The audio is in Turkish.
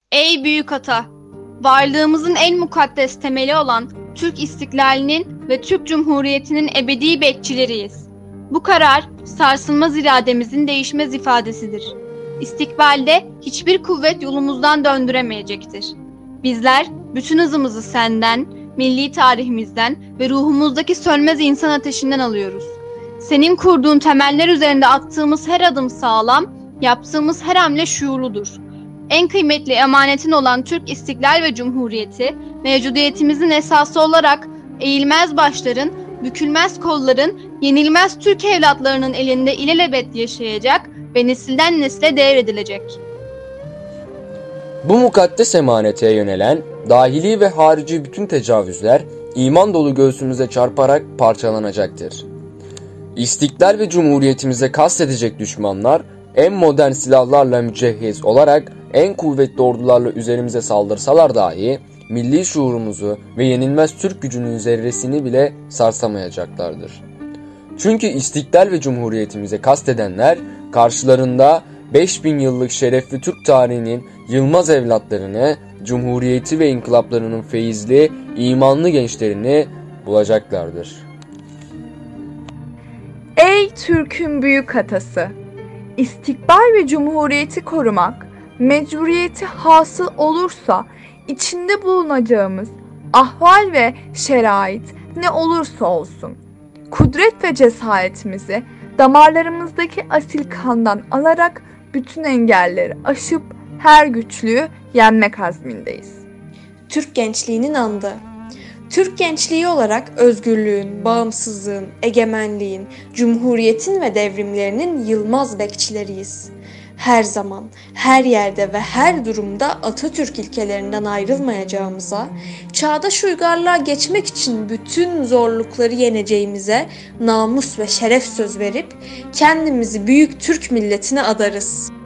Ey büyük ata! Varlığımızın en mukaddes temeli olan Türk istiklalinin ve Türk Cumhuriyeti'nin ebedi bekçileriyiz. Bu karar sarsılmaz irademizin değişmez ifadesidir. İstikbalde hiçbir kuvvet yolumuzdan döndüremeyecektir. Bizler bütün hızımızı senden, milli tarihimizden ve ruhumuzdaki sönmez insan ateşinden alıyoruz. Senin kurduğun temeller üzerinde attığımız her adım sağlam, yaptığımız her hamle şuurludur. En kıymetli emanetin olan Türk İstiklal ve Cumhuriyeti, mevcudiyetimizin esası olarak eğilmez başların, bükülmez kolların, yenilmez Türk evlatlarının elinde ilelebet yaşayacak ve nesilden nesile devredilecek. Bu mukaddes emanete yönelen dahili ve harici bütün tecavüzler iman dolu göğsümüze çarparak parçalanacaktır. İstiklal ve cumhuriyetimize kastedecek düşmanlar en modern silahlarla mücehhez olarak en kuvvetli ordularla üzerimize saldırsalar dahi milli şuurumuzu ve yenilmez Türk gücünün zerresini bile sarsamayacaklardır. Çünkü istiklal ve cumhuriyetimize kastedenler karşılarında 5000 yıllık şerefli Türk tarihinin yılmaz evlatlarını, cumhuriyeti ve inkılaplarının feyizli, imanlı gençlerini bulacaklardır. Ey Türk'ün büyük atası! İstikbal ve cumhuriyeti korumak, mecburiyeti hasıl olursa içinde bulunacağımız ahval ve şerait ne olursa olsun, kudret ve cesaretimizi damarlarımızdaki asil kandan alarak bütün engelleri aşıp her güçlüğü yenmek azmindeyiz. Türk gençliğinin andı. Türk gençliği olarak özgürlüğün, bağımsızlığın, egemenliğin, cumhuriyetin ve devrimlerinin yılmaz bekçileriyiz. Her zaman, her yerde ve her durumda Atatürk ilkelerinden ayrılmayacağımıza, çağdaş uygarlığa geçmek için bütün zorlukları yeneceğimize namus ve şeref söz verip kendimizi büyük Türk milletine adarız.